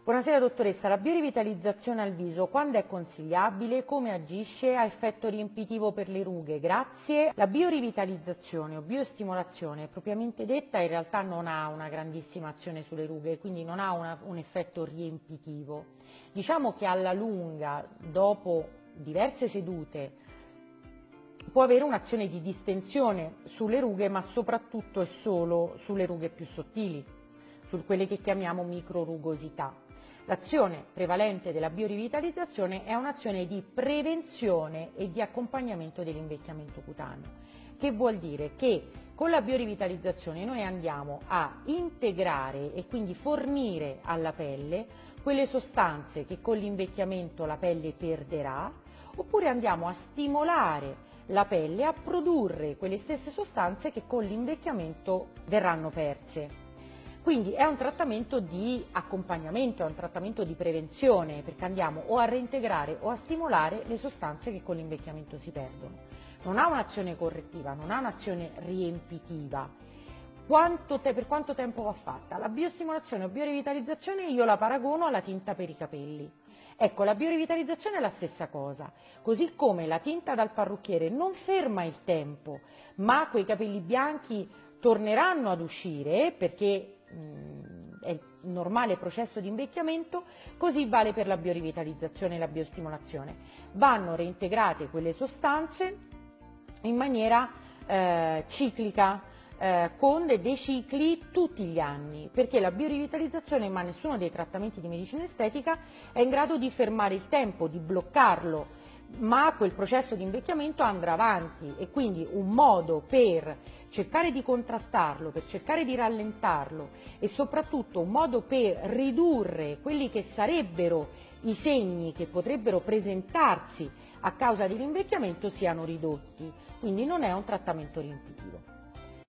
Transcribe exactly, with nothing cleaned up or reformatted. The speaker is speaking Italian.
Buonasera dottoressa, la biorivitalizzazione al viso quando è consigliabile? Come agisce? Ha effetto riempitivo per le rughe? Grazie. La biorivitalizzazione o biostimolazione propriamente detta in realtà non ha una grandissima azione sulle rughe, quindi non ha una, un effetto riempitivo. Diciamo che alla lunga, dopo diverse sedute, può avere un'azione di distensione sulle rughe, ma soprattutto e solo sulle rughe più sottili, su quelle che chiamiamo microrugosità. L'azione prevalente della biorivitalizzazione è un'azione di prevenzione e di accompagnamento dell'invecchiamento cutaneo, che vuol dire che con la biorivitalizzazione noi andiamo a integrare e quindi fornire alla pelle quelle sostanze che con l'invecchiamento la pelle perderà, oppure andiamo a stimolare la pelle a produrre quelle stesse sostanze che con l'invecchiamento verranno perse. Quindi è un trattamento di accompagnamento, è un trattamento di prevenzione, perché andiamo o a reintegrare o a stimolare le sostanze che con l'invecchiamento si perdono. Non ha un'azione correttiva, non ha un'azione riempitiva. Quanto te, per quanto tempo va fatta? La biostimolazione o biorivitalizzazione io la paragono alla tinta per i capelli. Ecco, la biorivitalizzazione è la stessa cosa, così come la tinta dal parrucchiere non ferma il tempo, ma quei capelli bianchi torneranno ad uscire perché è il normale processo di invecchiamento, così vale per la biorivitalizzazione e la biostimolazione. Vanno reintegrate quelle sostanze in maniera eh, ciclica, eh, con dei cicli tutti gli anni, perché la biorivitalizzazione, ma nessuno dei trattamenti di medicina estetica è in grado di fermare il tempo, di bloccarlo, ma quel processo di invecchiamento andrà avanti e quindi un modo per cercare di contrastarlo, per cercare di rallentarlo e soprattutto un modo per ridurre quelli che sarebbero i segni che potrebbero presentarsi a causa dell'invecchiamento siano ridotti, quindi non è un trattamento riempitivo.